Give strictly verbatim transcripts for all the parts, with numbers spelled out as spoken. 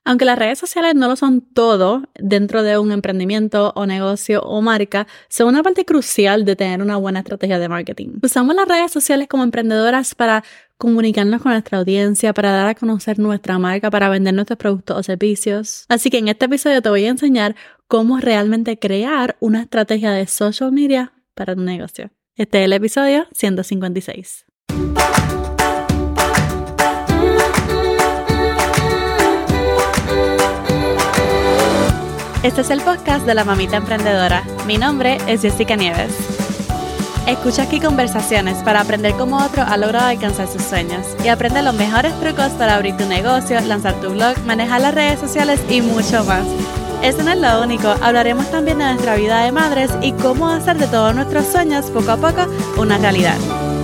Aunque las redes sociales no lo son todo dentro de un emprendimiento o negocio o marca, son una parte crucial de tener una buena estrategia de marketing. Usamos las redes sociales como emprendedoras para comunicarnos con nuestra audiencia, para dar a conocer nuestra marca, para vender nuestros productos o servicios. Así que en este episodio te voy a enseñar cómo realmente crear una estrategia de social media para tu negocio. Este es el episodio ciento cincuenta y seis. Este es el podcast de La Mamita Emprendedora. Mi nombre es Jessica Nieves. Escucha aquí conversaciones para aprender cómo otro ha logrado alcanzar sus sueños y aprende los mejores trucos para abrir tu negocio, lanzar tu blog, manejar las redes sociales y mucho más. Eso no es lo único, hablaremos también de nuestra vida de madres y cómo hacer de todos nuestros sueños poco a poco una realidad.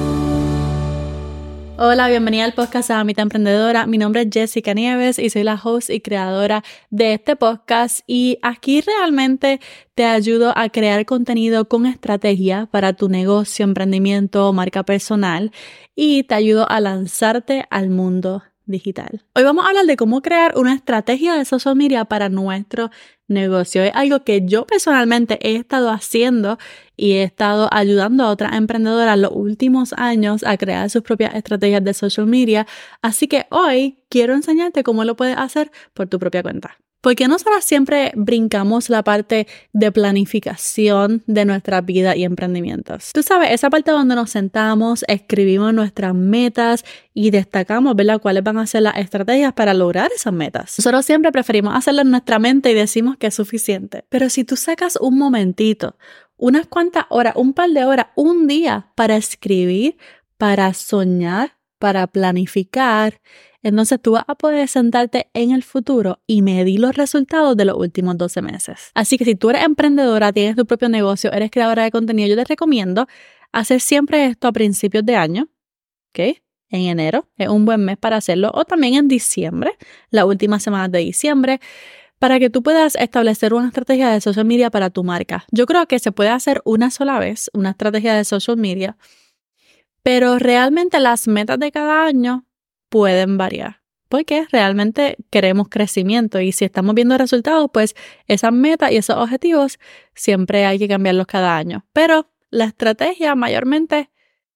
Hola, bienvenida al podcast de La Mamita Emprendedora. Mi nombre es Jessica Nieves y soy la host y creadora de este podcast y aquí realmente te ayudo a crear contenido con estrategia para tu negocio, emprendimiento o marca personal y te ayudo a lanzarte al mundo digital. Hoy vamos a hablar de cómo crear una estrategia de social media para nuestro negocio. Es algo que yo personalmente he estado haciendo y he estado ayudando a otras emprendedoras los últimos años a crear sus propias estrategias de social media. Así que hoy quiero enseñarte cómo lo puedes hacer por tu propia cuenta. Porque nosotros siempre brincamos la parte de planificación de nuestra vida y emprendimientos. Tú sabes, esa parte donde nos sentamos, escribimos nuestras metas y destacamos, ¿verdad?, cuáles van a ser las estrategias para lograr esas metas. Nosotros siempre preferimos hacerlo en nuestra mente y decimos que es suficiente. Pero si tú sacas un momentito, unas cuantas horas, un par de horas, un día para escribir, para soñar, para planificar, entonces tú vas a poder sentarte en el futuro y medir los resultados de los últimos doce meses. Así que si tú eres emprendedora, tienes tu propio negocio, eres creadora de contenido, yo te recomiendo hacer siempre esto a principios de año, ¿ok? En enero es un buen mes para hacerlo, o también en diciembre, las últimas semanas de diciembre, para que tú puedas establecer una estrategia de social media para tu marca. Yo creo que se puede hacer una sola vez, una estrategia de social media, pero realmente las metas de cada año pueden variar, porque realmente queremos crecimiento y si estamos viendo resultados, pues esas metas y esos objetivos siempre hay que cambiarlos cada año. Pero la estrategia mayormente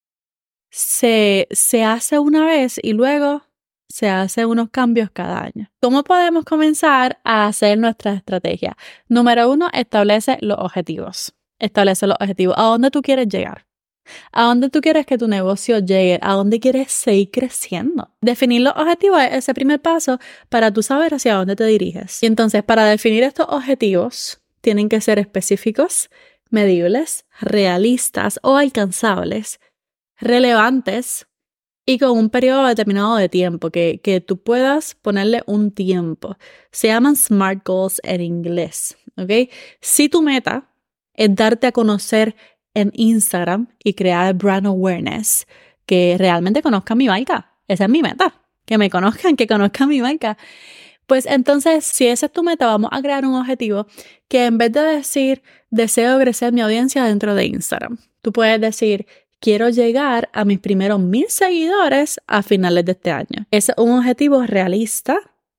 se, se hace una vez y luego se hacen unos cambios cada año. ¿Cómo podemos comenzar a hacer nuestra estrategia? Número uno, establece los objetivos. Establece los objetivos. ¿A dónde tú quieres llegar? ¿A dónde tú quieres que tu negocio llegue? ¿A dónde quieres seguir creciendo? Definir los objetivos es ese primer paso para tú saber hacia dónde te diriges. Y entonces, para definir estos objetivos, tienen que ser específicos, medibles, realistas o alcanzables, relevantes y con un periodo determinado de tiempo, que, que tú puedas ponerle un tiempo. Se llaman SMART Goals en inglés, ¿ok? Si tu meta es darte a conocer en Instagram y crear brand awareness, que realmente conozcan mi marca. Esa es mi meta, que me conozcan, que conozcan mi marca. Pues entonces, si esa es tu meta, vamos a crear un objetivo que en vez de decir, deseo crecer mi audiencia dentro de Instagram, tú puedes decir, quiero llegar a mis primeros mil seguidores a finales de este año. Ese es un objetivo realista,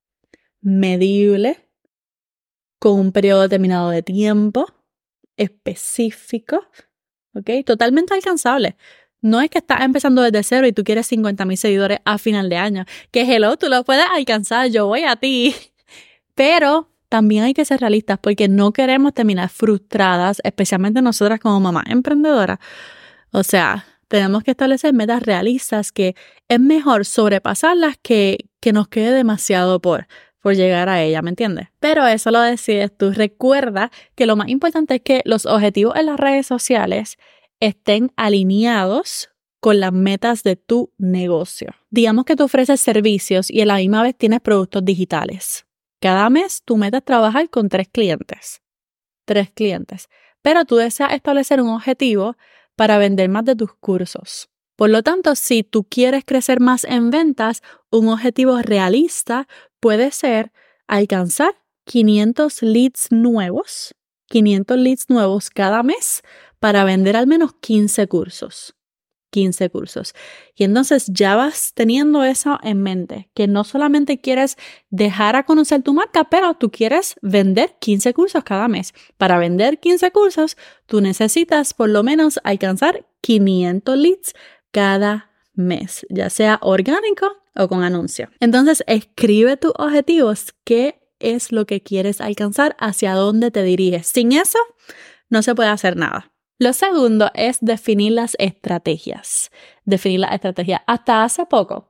medible, con un periodo determinado de tiempo, específico, ¿ok? Totalmente alcanzable. No es que estás empezando desde cero y tú quieres cincuenta mil seguidores a final de año. Que hello, tú lo puedes alcanzar, yo voy a ti. Pero también hay que ser realistas porque no queremos terminar frustradas, especialmente nosotras como mamás emprendedoras. O sea, tenemos que establecer metas realistas que es mejor sobrepasarlas que, que nos quede demasiado por... por llegar a ella, ¿me entiendes? Pero eso lo decides tú. Recuerda que lo más importante es que los objetivos en las redes sociales estén alineados con las metas de tu negocio. Digamos que tú ofreces servicios y a la misma vez tienes productos digitales. Cada mes tu meta es trabajar con tres clientes. Tres clientes. Pero tú deseas establecer un objetivo para vender más de tus cursos. Por lo tanto, si tú quieres crecer más en ventas, un objetivo realista puede ser alcanzar quinientos leads nuevos, quinientos leads nuevos cada mes para vender al menos quince cursos. quince cursos. Y entonces ya vas teniendo eso en mente, que no solamente quieres dejar a conocer tu marca, pero tú quieres vender quince cursos cada mes. Para vender quince cursos, tú necesitas por lo menos alcanzar quinientos leads cada mes, ya sea orgánico o con anuncio. Entonces, escribe tus objetivos, qué es lo que quieres alcanzar, hacia dónde te diriges. Sin eso, no se puede hacer nada. Lo segundo es definir las estrategias. Definir las estrategias. Hasta hace poco,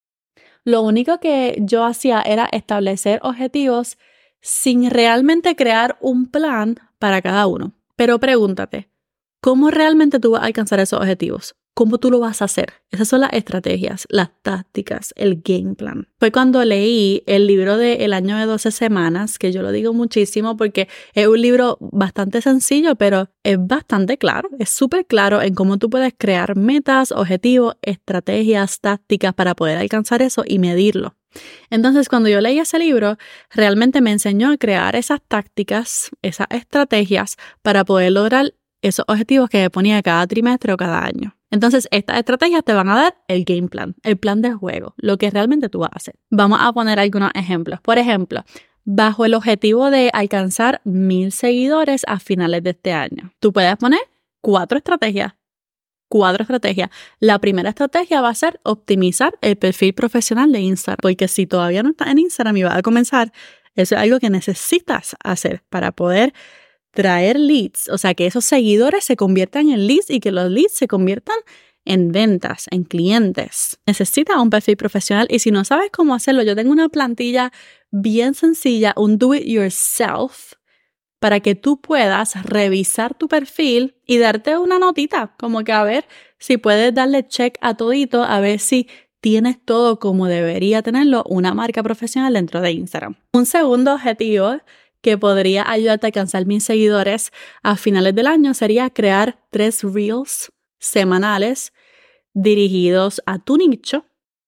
lo único que yo hacía era establecer objetivos sin realmente crear un plan para cada uno. Pero pregúntate, ¿cómo realmente tú vas a alcanzar esos objetivos? ¿Cómo tú lo vas a hacer? Esas son las estrategias, las tácticas, el game plan. Fue cuando leí el libro de El año de doce semanas, que yo lo digo muchísimo porque es un libro bastante sencillo, pero es bastante claro. Es súper claro en cómo tú puedes crear metas, objetivos, estrategias, tácticas para poder alcanzar eso y medirlo. Entonces, cuando yo leí ese libro, realmente me enseñó a crear esas tácticas, esas estrategias para poder lograr esos objetivos que me ponía cada trimestre o cada año. Entonces, estas estrategias te van a dar el game plan, el plan de juego, lo que realmente tú vas a hacer. Vamos a poner algunos ejemplos. Por ejemplo, bajo el objetivo de alcanzar mil seguidores a finales de este año, tú puedes poner cuatro estrategias. Cuatro estrategias. La primera estrategia va a ser optimizar el perfil profesional de Instagram, porque si todavía no estás en Instagram y vas a comenzar, eso es algo que necesitas hacer para poder traer leads, o sea, que esos seguidores se conviertan en leads y que los leads se conviertan en ventas, en clientes. Necesitas un perfil profesional y si no sabes cómo hacerlo, yo tengo una plantilla bien sencilla, un do it yourself, para que tú puedas revisar tu perfil y darte una notita, como que a ver si puedes darle check a todito, a ver si tienes todo como debería tenerlo una marca profesional dentro de Instagram. Un segundo objetivo que podría ayudarte a alcanzar mil seguidores a finales del año sería crear tres reels semanales dirigidos a tu nicho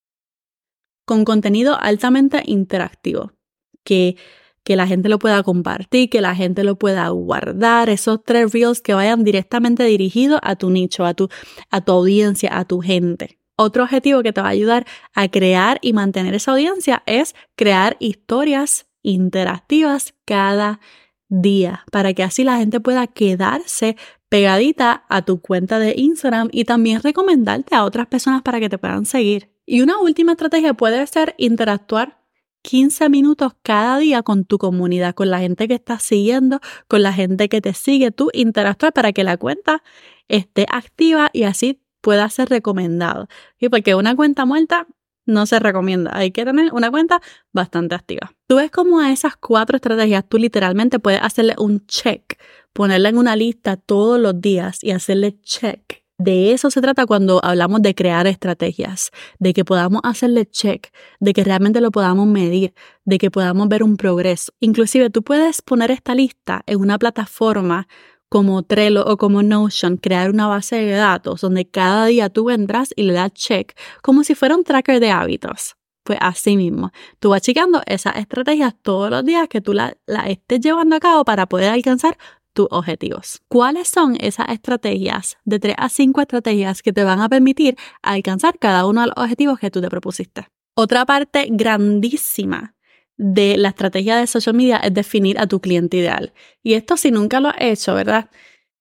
con contenido altamente interactivo, que, que la gente lo pueda compartir, que la gente lo pueda guardar, esos tres reels que vayan directamente dirigidos a tu nicho, a tu, a tu audiencia, a tu gente. Otro objetivo que te va a ayudar a crear y mantener esa audiencia es crear historias interactivas cada día para que así la gente pueda quedarse pegadita a tu cuenta de Instagram y también recomendarte a otras personas para que te puedan seguir. Y una última estrategia puede ser interactuar quince minutos cada día con tu comunidad, con la gente que estás siguiendo, con la gente que te sigue, tú interactuar para que la cuenta esté activa y así pueda ser recomendado. ¿Sí? Porque una cuenta muerta no se recomienda. Hay que tener una cuenta bastante activa. Tú ves cómo a esas cuatro estrategias tú literalmente puedes hacerle un check, ponerla en una lista todos los días y hacerle check. De eso se trata cuando hablamos de crear estrategias, de que podamos hacerle check, de que realmente lo podamos medir, de que podamos ver un progreso. Inclusive tú puedes poner esta lista en una plataforma como Trello o como Notion, crear una base de datos donde cada día tú entras y le das check, como si fuera un tracker de hábitos. Pues así mismo, tú vas chequeando esas estrategias todos los días que tú las la estés llevando a cabo para poder alcanzar tus objetivos. ¿Cuáles son esas estrategias? De tres a cinco estrategias que te van a permitir alcanzar cada uno de los objetivos que tú te propusiste. Otra parte grandísima de la estrategia de social media es definir a tu cliente ideal. Y esto si nunca lo has hecho, ¿verdad?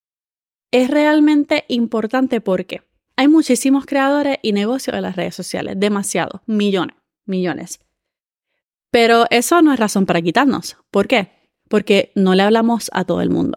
Es realmente importante porque hay muchísimos creadores y negocios en las redes sociales, demasiados, millones, millones. Pero eso no es razón para quitarnos. ¿Por qué? Porque no le hablamos a todo el mundo.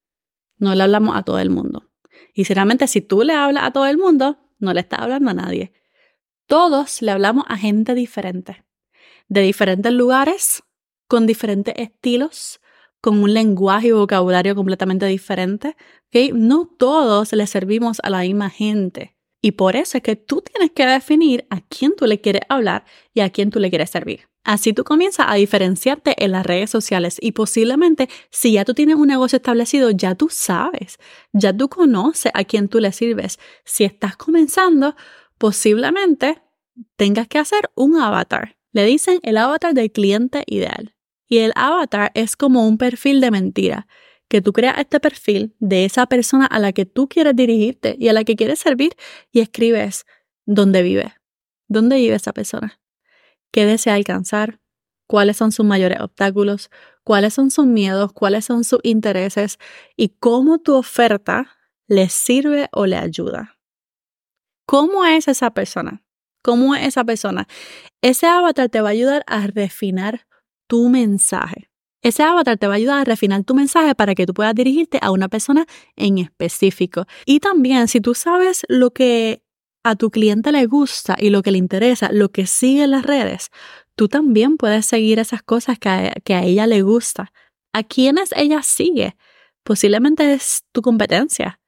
No le hablamos a todo el mundo. Y sinceramente, si tú le hablas a todo el mundo, no le estás hablando a nadie. Todos le hablamos a gente diferente. De diferentes lugares, con diferentes estilos, con un lenguaje y vocabulario completamente diferente. ¿Okay? No todos le servimos a la misma gente. Y por eso es que tú tienes que definir a quién tú le quieres hablar y a quién tú le quieres servir. Así tú comienzas a diferenciarte en las redes sociales y posiblemente si ya tú tienes un negocio establecido, ya tú sabes, ya tú conoces a quién tú le sirves. Si estás comenzando, posiblemente tengas que hacer un avatar. Le dicen el avatar del cliente ideal. Y el avatar es como un perfil de mentira que tú creas este perfil de esa persona a la que tú quieres dirigirte y a la que quieres servir y escribes dónde vive, dónde vive esa persona, qué desea alcanzar, cuáles son sus mayores obstáculos, cuáles son sus miedos, cuáles son sus intereses y cómo tu oferta le sirve o le ayuda. ¿Cómo es esa persona? ¿Cómo es esa persona? Ese avatar te va a ayudar a refinar tu mensaje. Ese avatar te va a ayudar a refinar tu mensaje para que tú puedas dirigirte a una persona en específico. Y también, si tú sabes lo que a tu cliente le gusta y lo que le interesa, lo que sigue en las redes, tú también puedes seguir esas cosas que a, que a ella le gusta. ¿A quiénes ella sigue? Posiblemente es tu competencia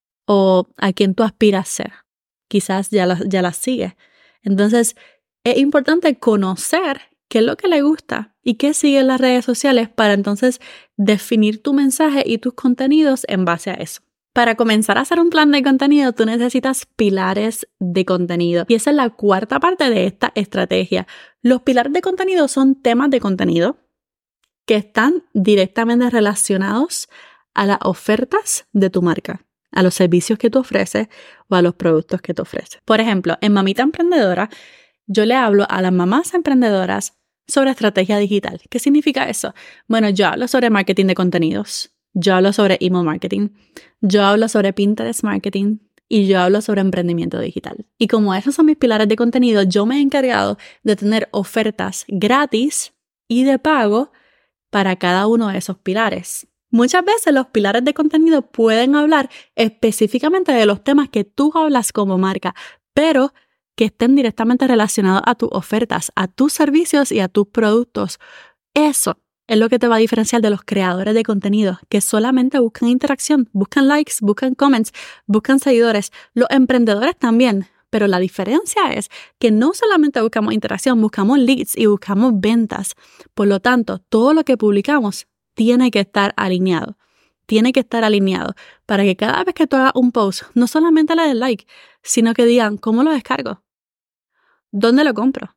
o a quien tú aspiras a ser. Quizás ya las ya la sigues. Entonces, es importante conocer qué es lo que le gusta y qué sigue en las redes sociales para entonces definir tu mensaje y tus contenidos en base a eso. Para comenzar a hacer un plan de contenido, tú necesitas pilares de contenido. Y esa es la cuarta parte de esta estrategia. Los pilares de contenido son temas de contenido que están directamente relacionados a las ofertas de tu marca, a los servicios que tú ofreces o a los productos que tú ofreces. Por ejemplo, en Mamita Emprendedora, yo le hablo a las mamás emprendedoras sobre estrategia digital. ¿Qué significa eso? Bueno, yo hablo sobre marketing de contenidos, yo hablo sobre email marketing, yo hablo sobre Pinterest marketing y yo hablo sobre emprendimiento digital. Y como esos son mis pilares de contenido, yo me he encargado de tener ofertas gratis y de pago para cada uno de esos pilares. Muchas veces los pilares de contenido pueden hablar específicamente de los temas que tú hablas como marca, pero que estén directamente relacionados a tus ofertas, a tus servicios y a tus productos. Eso es lo que te va a diferenciar de los creadores de contenido, que solamente buscan interacción, buscan likes, buscan comments, buscan seguidores. Los emprendedores también, pero la diferencia es que no solamente buscamos interacción, buscamos leads y buscamos ventas. Por lo tanto, todo lo que publicamos tiene que estar alineado. Tiene que estar alineado para que cada vez que tú hagas un post, no solamente le den like, sino que digan, ¿cómo lo descargo? ¿Dónde lo compro?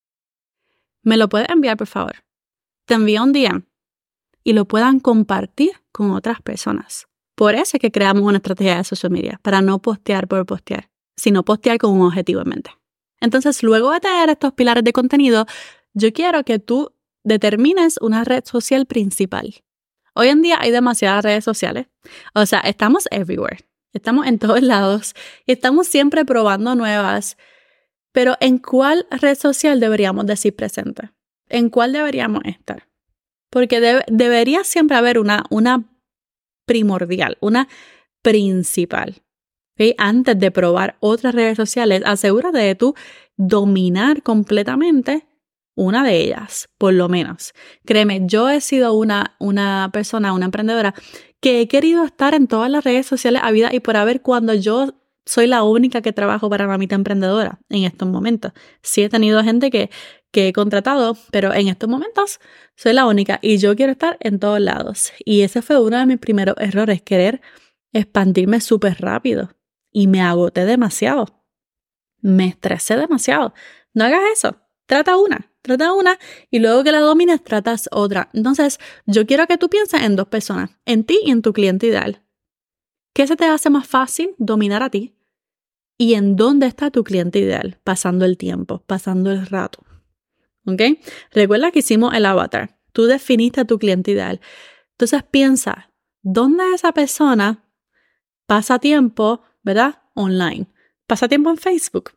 ¿Me lo puedes enviar, por favor? Te envío un D M y lo puedan compartir con otras personas. Por eso es que creamos una estrategia de social media, para no postear por postear, sino postear con un objetivo en mente. Entonces, luego de tener estos pilares de contenido, yo quiero que tú determines una red social principal. Hoy en día hay demasiadas redes sociales. O sea, estamos everywhere. Estamos en todos lados. Estamos siempre probando nuevas. Pero ¿en cuál red social deberíamos decir presente? ¿En cuál deberíamos estar? Porque de- debería siempre haber una, una primordial, una principal. ¿Okay? Antes de probar otras redes sociales, asegúrate de tú dominar completamente una de ellas, por lo menos. Créeme, yo he sido una, una persona, una emprendedora, que he querido estar en todas las redes sociales a vida y por haber cuando yo soy la única que trabajo para Mamita Emprendedora en estos momentos. Sí he tenido gente que, que he contratado, pero en estos momentos soy la única y yo quiero estar en todos lados. Y ese fue uno de mis primeros errores, querer expandirme súper rápido. Y me agoté demasiado. Me estresé demasiado. No hagas eso. Trata una, trata una y luego que la domines, tratas otra. Entonces, yo quiero que tú pienses en dos personas, en ti y en tu cliente ideal. ¿Qué se te hace más fácil dominar a ti? ¿Y en dónde está tu cliente ideal? Pasando el tiempo, pasando el rato. ¿Ok? Recuerda que hicimos el avatar. Tú definiste a tu cliente ideal. Entonces piensa, ¿dónde esa persona pasa tiempo, ¿verdad? Online. ¿Pasa tiempo en Facebook?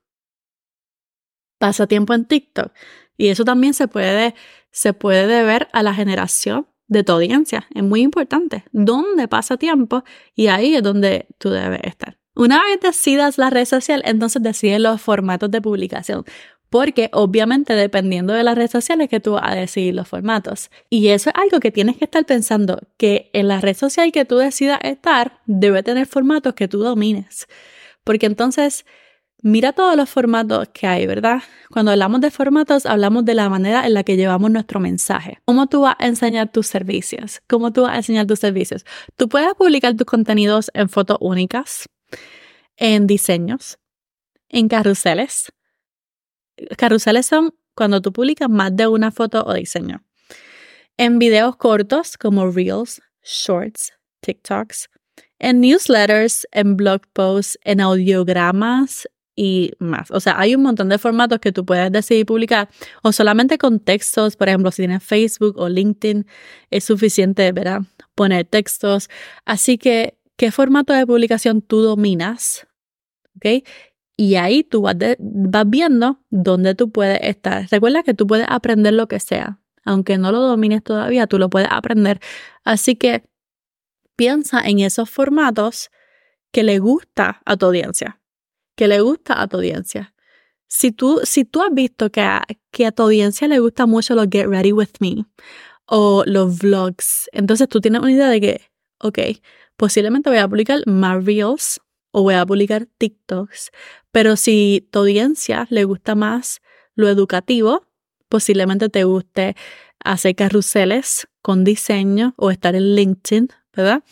¿Pasa tiempo en TikTok? Y eso también se puede, se puede deber a la generación de tu audiencia. Es muy importante. ¿Dónde pasa tiempo? Y ahí es donde tú debes estar. Una vez decidas la red social, entonces decides los formatos de publicación. Porque obviamente dependiendo de las redes sociales que tú vas a decidir los formatos. Y eso es algo que tienes que estar pensando, que en la red social que tú decidas estar debe tener formatos que tú domines. Porque entonces mira todos los formatos que hay, ¿verdad? Cuando hablamos de formatos, hablamos de la manera en la que llevamos nuestro mensaje. ¿Cómo tú vas a enseñar tus servicios? ¿Cómo tú vas a enseñar tus servicios? Tú puedes publicar tus contenidos en fotos únicas, en diseños, en carruseles. Carruseles son cuando tú publicas más de una foto o diseño. En videos cortos como Reels, shorts, TikToks, en newsletters, en blog posts, en audiogramas y más. O sea, hay un montón de formatos que tú puedes decidir publicar o solamente con textos. Por ejemplo, si tienes Facebook o LinkedIn, es suficiente, ¿verdad?, poner textos. Así que, ¿qué formato de publicación tú dominas? ¿Ok? Y ahí tú vas, de, vas viendo dónde tú puedes estar. Recuerda que tú puedes aprender lo que sea. Aunque no lo domines todavía, tú lo puedes aprender. Así que piensa en esos formatos que le gusta a tu audiencia. Que le gusta a tu audiencia. Si tú, si tú has visto que a, que a tu audiencia le gusta mucho los Get Ready With Me o los vlogs, entonces tú tienes una idea de que, ok, posiblemente voy a publicar más Reels o voy a publicar TikToks, pero si tu audiencia le gusta más lo educativo, posiblemente te guste hacer carruseles con diseño o estar en LinkedIn, ¿verdad?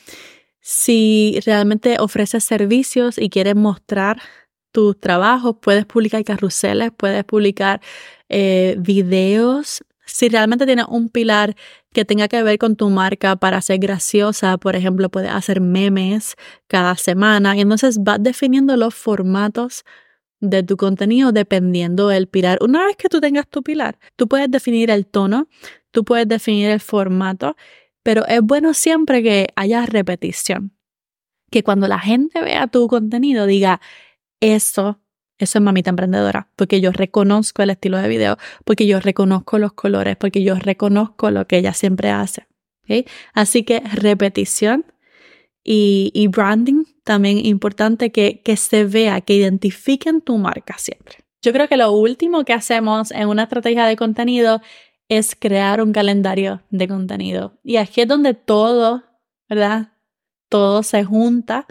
Si realmente ofreces servicios y quieres mostrar tus trabajos, puedes publicar carruseles, puedes publicar eh, videos. Si realmente tienes un pilar que tenga que ver con tu marca para ser graciosa, por ejemplo, puedes hacer memes cada semana y entonces vas definiendo los formatos de tu contenido dependiendo del pilar. Una vez que tú tengas tu pilar, tú puedes definir el tono, tú puedes definir el formato, pero es bueno siempre que haya repetición. Que cuando la gente vea tu contenido diga, eso, eso es Mamita Emprendedora, porque yo reconozco el estilo de video, porque yo reconozco los colores, porque yo reconozco lo que ella siempre hace. ¿Okay? Así que repetición y, y branding también importante que, que se vea, que identifiquen tu marca siempre. Yo creo que lo último que hacemos en una estrategia de contenido es crear un calendario de contenido. Y aquí es donde todo, ¿verdad? Todo se junta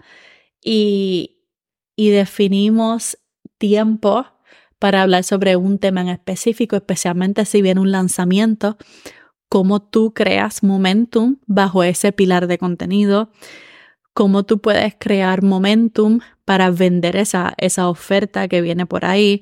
y y definimos tiempo para hablar sobre un tema en específico, especialmente si viene un lanzamiento, cómo tú creas momentum bajo ese pilar de contenido, cómo tú puedes crear momentum para vender esa, esa oferta que viene por ahí.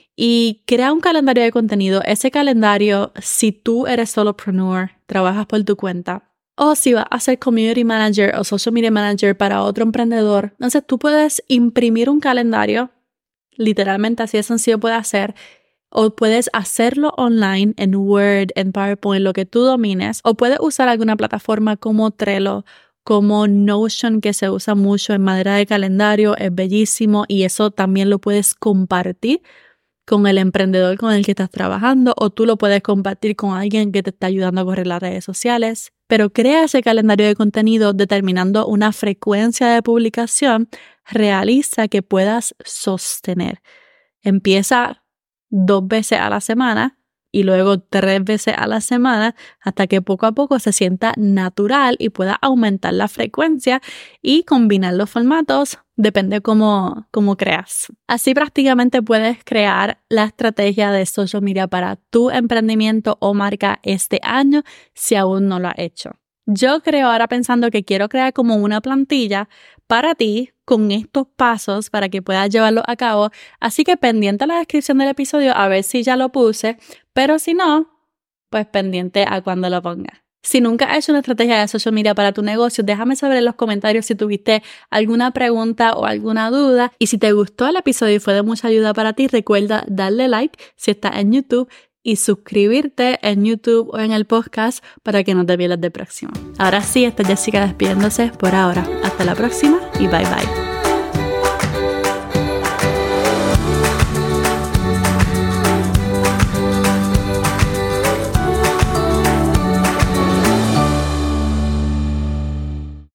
Y crea un calendario de contenido. Ese calendario, si tú eres solopreneur, trabajas por tu cuenta, o si vas a ser community manager o social media manager para otro emprendedor, entonces tú puedes imprimir un calendario, literalmente así de sencillo puede hacer, o puedes hacerlo online en Word, en PowerPoint, lo que tú domines, o puedes usar alguna plataforma como Trello, como Notion, que se usa mucho en manera de calendario, es bellísimo y eso también lo puedes compartir con el emprendedor con el que estás trabajando o tú lo puedes compartir con alguien que te está ayudando a correr las redes sociales. Pero crea ese calendario de contenido determinando una frecuencia de publicación realiza que puedas sostener. Empieza dos veces a la semana y luego tres veces a la semana hasta que poco a poco se sienta natural y pueda aumentar la frecuencia y combinar los formatos, depende cómo, cómo creas. Así prácticamente puedes crear la estrategia de social media para tu emprendimiento o marca este año si aún no lo has hecho. Yo creo ahora pensando que quiero crear como una plantilla para ti con estos pasos para que puedas llevarlo a cabo. Así que pendiente a la descripción del episodio a ver si ya lo puse, pero si no, pues pendiente a cuando lo ponga. Si nunca has hecho una estrategia de social media para tu negocio, déjame saber en los comentarios si tuviste alguna pregunta o alguna duda. Y si te gustó el episodio y fue de mucha ayuda para ti, recuerda darle like si estás en YouTube y suscribirte en YouTube o en el podcast para que no te pierdas del próximo. Ahora sí, esta es Jessica despidiéndose por ahora. Hasta la próxima y bye bye.